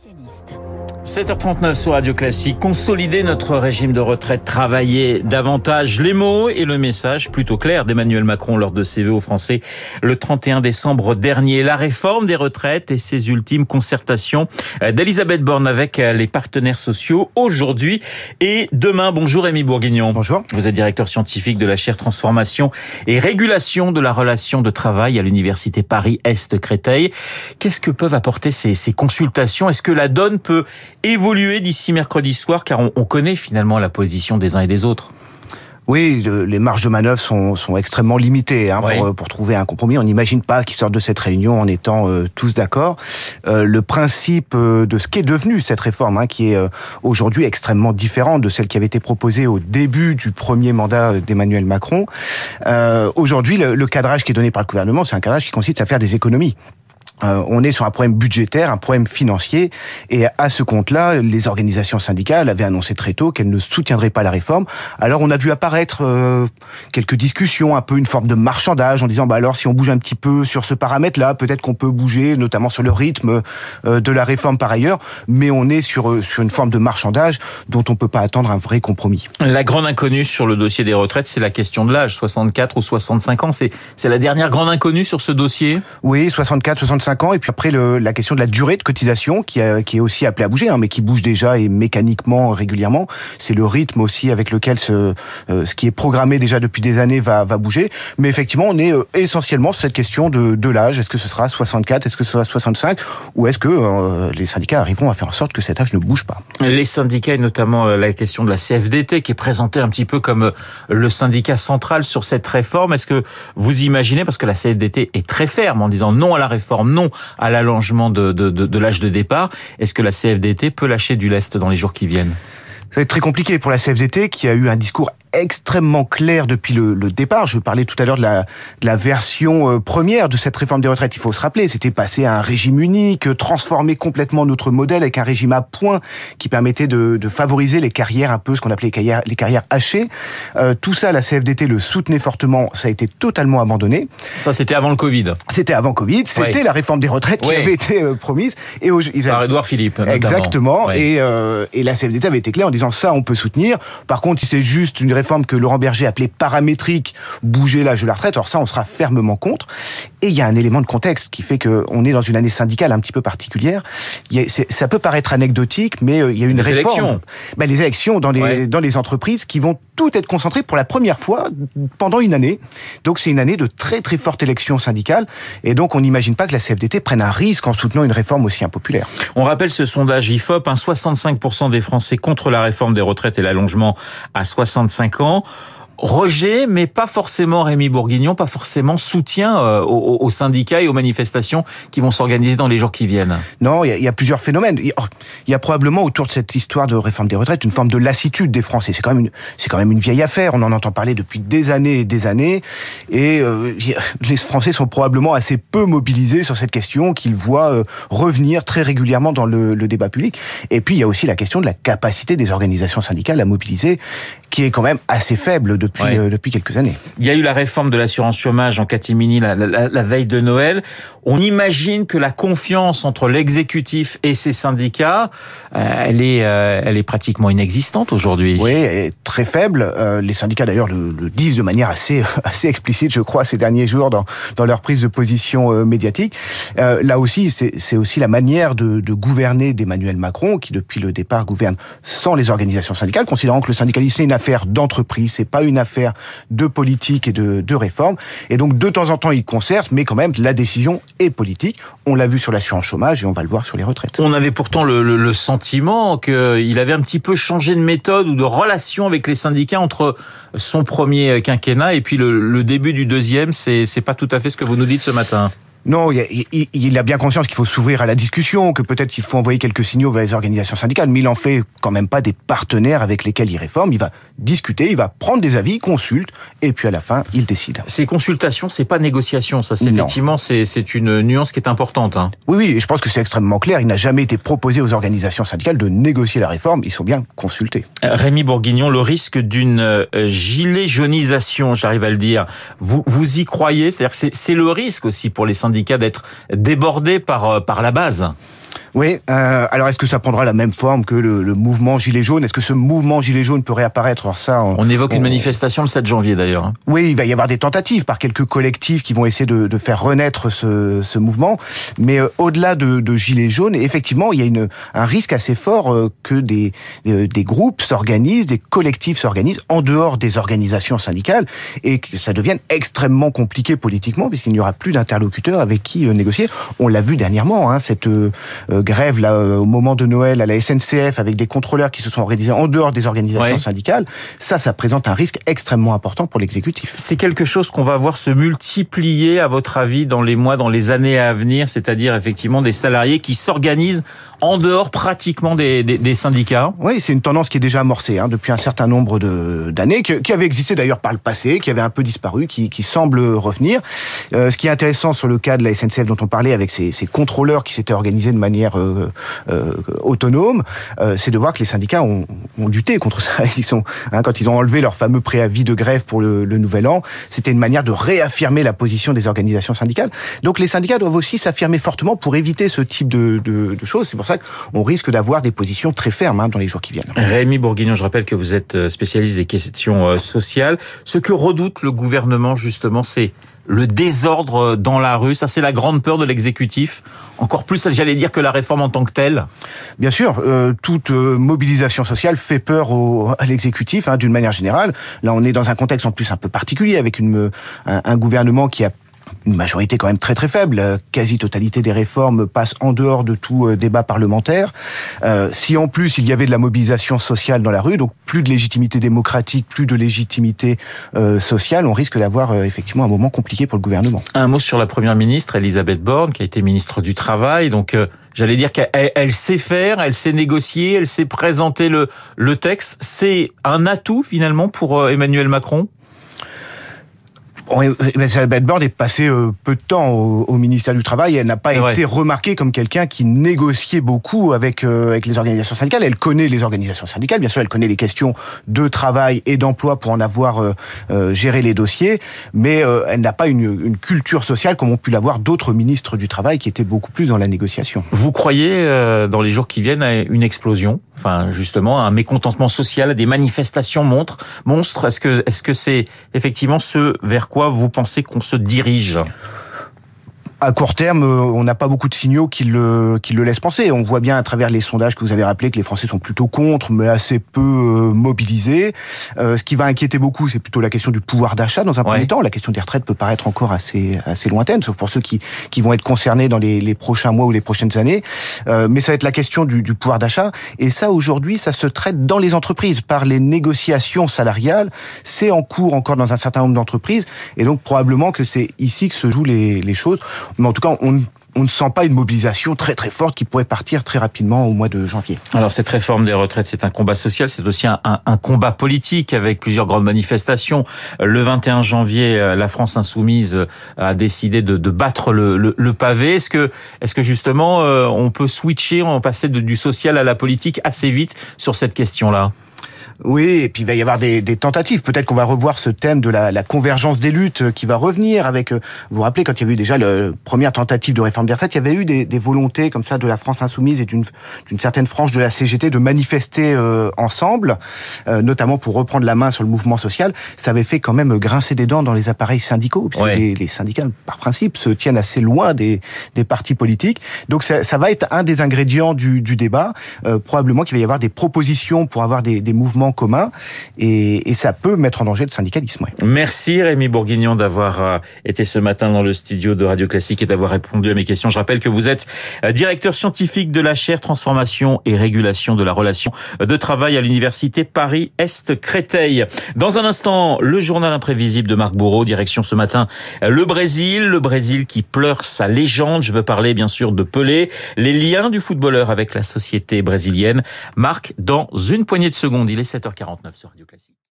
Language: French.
Socialiste. 7h39 sur Radio Classique. Consolider notre régime de retraite, travailler davantage. Les mots et le message plutôt clair d'Emmanuel Macron lors de ses vœux aux Français le 31 décembre dernier. La réforme des retraites et ses ultimes concertations d'Elisabeth Borne avec les partenaires sociaux aujourd'hui et demain. Bonjour Rémi Bourguignon. Bonjour. Vous êtes directeur scientifique de la chaire Transformation et Régulation de la relation de travail à l'Université Paris-Est-Créteil. Qu'est-ce que peuvent apporter ces consultations? Est-ce que la donne peut évoluer d'ici mercredi soir, car on connaît finalement la position des uns et des autres? Oui, les marges de manœuvre sont extrêmement limitées Oui. pour trouver un compromis. On n'imagine pas qu'ils sortent de cette réunion en étant tous d'accord. Le principe de ce qu'est devenu cette réforme, qui est aujourd'hui extrêmement différente de celle qui avait été proposée au début du premier mandat d'Emmanuel Macron. Aujourd'hui, le cadrage qui est donné par le gouvernement, c'est un cadrage qui consiste à faire des économies. On est sur un problème budgétaire, un problème financier, et à ce compte-là, les organisations syndicales avaient annoncé très tôt qu'elles ne soutiendraient pas la réforme. Alors on a vu apparaître quelques discussions, un peu une forme de marchandage, en disant alors si on bouge un petit peu sur ce paramètre-là, peut-être qu'on peut bouger, notamment sur le rythme de la réforme par ailleurs, mais on est sur une forme de marchandage dont on peut pas attendre un vrai compromis. La grande inconnue sur le dossier des retraites, c'est la question de l'âge, 64 ou 65 ans. C'est la dernière grande inconnue sur ce dossier? Oui, 64, 65 ans, et puis après la question de la durée de cotisation qui est aussi appelée à bouger, mais qui bouge déjà et mécaniquement régulièrement. C'est le rythme aussi avec lequel ce qui est programmé déjà depuis des années va bouger. Mais effectivement, on est essentiellement sur cette question de l'âge. Est-ce que ce sera 64, est-ce que ce sera 65, ou est-ce que les syndicats arriveront à faire en sorte que cet âge ne bouge pas? Les syndicats, et notamment la question de la CFDT, qui est présentée un petit peu comme le syndicat central sur cette réforme. Est-ce que vous imaginez, parce que la CFDT est très ferme en disant non à la réforme, non à l'allongement de l'âge de départ, est-ce que la CFDT peut lâcher du lest dans les jours qui viennent? Ça va être très compliqué pour la CFDT qui a eu un discours extrêmement clair depuis le départ. Je parlais tout à l'heure de la version première de cette réforme des retraites. Il faut se rappeler, c'était passer à un régime unique, transformer complètement notre modèle avec un régime à points qui permettait de favoriser les carrières, un peu ce qu'on appelait les carrières hachées. Tout ça, la CFDT le soutenait fortement. Ça a été totalement abandonné. Ça, c'était avant le Covid. C'était avant Covid. C'était la réforme des retraites qui avait été promise. Et par Édouard Philippe, notamment. Exactement. Oui. Et la CFDT avait été claire en disant ça, on peut soutenir. Par contre, si c'est juste une réforme que Laurent Berger appelait paramétrique, bouger l'âge de la retraite, alors ça, on sera fermement contre. Et il y a un élément de contexte qui fait qu'on est dans une année syndicale un petit peu particulière. Ça peut paraître anecdotique, mais il y a une réforme. Les élections dans les entreprises qui vont toutes être concentrées pour la première fois pendant une année. Donc c'est une année de très très forte élection syndicale. Et donc on n'imagine pas que la CFDT prenne un risque en soutenant une réforme aussi impopulaire. On rappelle ce sondage IFOP, 65% des Français contre la réforme des retraites et l'allongement à 65 ans. Rejet, mais pas forcément, Rémi Bourguignon, pas forcément soutien aux syndicats et aux manifestations qui vont s'organiser dans les jours qui viennent. Non, il y a plusieurs phénomènes. Il y a probablement autour de cette histoire de réforme des retraites une forme de lassitude des Français. C'est quand même une vieille affaire. On en entend parler depuis des années et des années. Et les Français sont probablement assez peu mobilisés sur cette question qu'ils voient revenir très régulièrement dans le débat public. Et puis il y a aussi la question de la capacité des organisations syndicales à mobiliser, qui est quand même assez faible depuis quelques années. Il y a eu la réforme de l'assurance chômage en catimini la veille de Noël. On imagine que la confiance entre l'exécutif et ses syndicats, elle est pratiquement inexistante aujourd'hui. Oui, elle est très faible. Les syndicats d'ailleurs le disent de manière assez explicite, je crois, ces derniers jours dans leur prise de position médiatique. Là aussi, c'est aussi la manière de gouverner d'Emmanuel Macron, qui depuis le départ gouverne sans les organisations syndicales, considérant que le syndicalisme est une affaire d'entreprise, c'est pas une affaire de politique et de réforme. Et donc, de temps en temps, il concerte, mais quand même, la décision est politique. On l'a vu sur l'assurance chômage et on va le voir sur les retraites. On avait pourtant le sentiment qu'il avait un petit peu changé de méthode ou de relation avec les syndicats entre son premier quinquennat et puis le début du deuxième. C'est pas tout à fait ce que vous nous dites ce matin. Non, il a bien conscience qu'il faut s'ouvrir à la discussion, que peut-être qu'il faut envoyer quelques signaux vers les organisations syndicales, mais il en fait quand même pas des partenaires avec lesquels il réforme. Il va discuter, il va prendre des avis, il consulte, et puis à la fin, il décide. Ces consultations, c'est pas négociation, ça. Effectivement, c'est une nuance qui est importante. Oui, et je pense que c'est extrêmement clair. Il n'a jamais été proposé aux organisations syndicales de négocier la réforme. Ils sont bien consultés. Rémi Bourguignon, le risque d'une gilet jaunisation, j'arrive à le dire, vous y croyez? C'est-à-dire que c'est le risque aussi pour les syndicats syndicats d'être débordés par la base. Oui, alors est-ce que ça prendra la même forme que le mouvement Gilets jaunes? Est-ce que ce mouvement Gilets jaunes peut réapparaître? Alors ça, on évoque une manifestation le 7 janvier d'ailleurs. Oui, il va y avoir des tentatives par quelques collectifs qui vont essayer de faire renaître ce mouvement. Mais au-delà de Gilets jaunes, effectivement, il y a un risque assez fort que des groupes s'organisent, des collectifs s'organisent en dehors des organisations syndicales et que ça devienne extrêmement compliqué politiquement puisqu'il n'y aura plus d'interlocuteurs avec qui négocier. On l'a vu dernièrement, cette grève là au moment de Noël à la SNCF avec des contrôleurs qui se sont organisés en dehors des organisations syndicales, ça présente un risque extrêmement important pour l'exécutif. C'est quelque chose qu'on va voir se multiplier à votre avis dans les mois, dans les années à venir, c'est-à-dire effectivement des salariés qui s'organisent en dehors pratiquement des syndicats. Oui, c'est une tendance qui est déjà amorcée depuis un certain nombre d'années, qui avait existé d'ailleurs par le passé, qui avait un peu disparu, qui semble revenir. Ce qui est intéressant sur le cas de la SNCF dont on parlait avec ces contrôleurs qui s'étaient organisés de manière autonome, c'est de voir que les syndicats ont lutté contre ça. Quand ils ont enlevé leur fameux préavis de grève pour le Nouvel An, c'était une manière de réaffirmer la position des organisations syndicales. Donc les syndicats doivent aussi s'affirmer fortement pour éviter ce type de choses. C'est pour ça qu'on risque d'avoir des positions très fermes dans les jours qui viennent. Rémi Bourguignon, je rappelle que vous êtes spécialiste des questions sociales. Ce que redoute le gouvernement, justement, c'est le désordre dans la rue. Ça, c'est la grande peur de l'exécutif. Encore plus, j'allais dire, que la réforme en tant que telle. Bien sûr, toute mobilisation sociale fait peur à l'exécutif, d'une manière générale. Là, on est dans un contexte en plus un peu particulier, avec un gouvernement qui a une majorité quand même très très faible. La quasi-totalité des réformes passe en dehors de tout débat parlementaire. Si en plus il y avait de la mobilisation sociale dans la rue, donc plus de légitimité démocratique, plus de légitimité sociale, on risque d'avoir effectivement un moment compliqué pour le gouvernement. Un mot sur la première ministre, Elisabeth Borne, qui a été ministre du Travail. Donc j'allais dire qu'elle sait faire, elle sait négocier, elle sait présenter le texte. C'est un atout finalement pour Emmanuel Macron? Elisabeth Borne est passée peu de temps au ministère du Travail. Elle n'a pas été remarquée comme quelqu'un qui négociait beaucoup avec les organisations syndicales. Elle connaît les organisations syndicales, bien sûr, elle connaît les questions de travail et d'emploi pour en avoir géré les dossiers, mais elle n'a pas une culture sociale comme ont pu l'avoir d'autres ministres du Travail qui étaient beaucoup plus dans la négociation. Vous croyez, dans les jours qui viennent, à une explosion? Enfin, justement, un mécontentement social, des manifestations monstres. Est-ce que c'est effectivement ce vers quoi vous pensez qu'on se dirige? À court terme, on n'a pas beaucoup de signaux qui le laissent penser. On voit bien à travers les sondages que vous avez rappelés que les Français sont plutôt contre, mais assez peu mobilisés. Ce qui va inquiéter beaucoup, c'est plutôt la question du pouvoir d'achat dans un premier temps. La question des retraites peut paraître encore assez lointaine, sauf pour ceux qui vont être concernés dans les prochains mois ou les prochaines années. Mais ça va être la question du pouvoir d'achat. Et ça, aujourd'hui, ça se traite dans les entreprises par les négociations salariales. C'est en cours encore dans un certain nombre d'entreprises. Et donc, probablement que c'est ici que se jouent les choses. Mais en tout cas, on ne sent pas une mobilisation très très forte qui pourrait partir très rapidement au mois de janvier. Alors cette réforme des retraites, c'est un combat social, c'est aussi un combat politique avec plusieurs grandes manifestations. Le 21 janvier, la France insoumise a décidé de battre le pavé. Est-ce que justement on peut switcher, on passer du social à la politique assez vite sur cette question-là? Oui, et puis il va y avoir des tentatives. Peut-être qu'on va revoir ce thème de la convergence des luttes qui va revenir avec... Vous vous rappelez, quand il y avait eu déjà la première tentative de réforme des retraites, il y avait eu des volontés comme ça de la France insoumise et d'une certaine frange de la CGT de manifester ensemble, notamment pour reprendre la main sur le mouvement social. Ça avait fait quand même grincer des dents dans les appareils syndicaux, puisque les syndicats, par principe, se tiennent assez loin des partis politiques. Donc ça va être un des ingrédients du débat. Probablement qu'il va y avoir des propositions pour avoir des mouvements commun et ça peut mettre en danger le syndicalisme. Merci Rémi Bourguignon d'avoir été ce matin dans le studio de Radio Classique et d'avoir répondu à mes questions. Je rappelle que vous êtes directeur scientifique de la chaire Transformation et Régulation de la relation de travail à l'université Paris-Est-Créteil. Dans un instant, le journal imprévisible de Marc Bourreau, direction ce matin le Brésil qui pleure sa légende. Je veux parler bien sûr de Pelé, les liens du footballeur avec la société brésilienne. Marc, dans une poignée de secondes, il est 7h49 sur Radio Classique.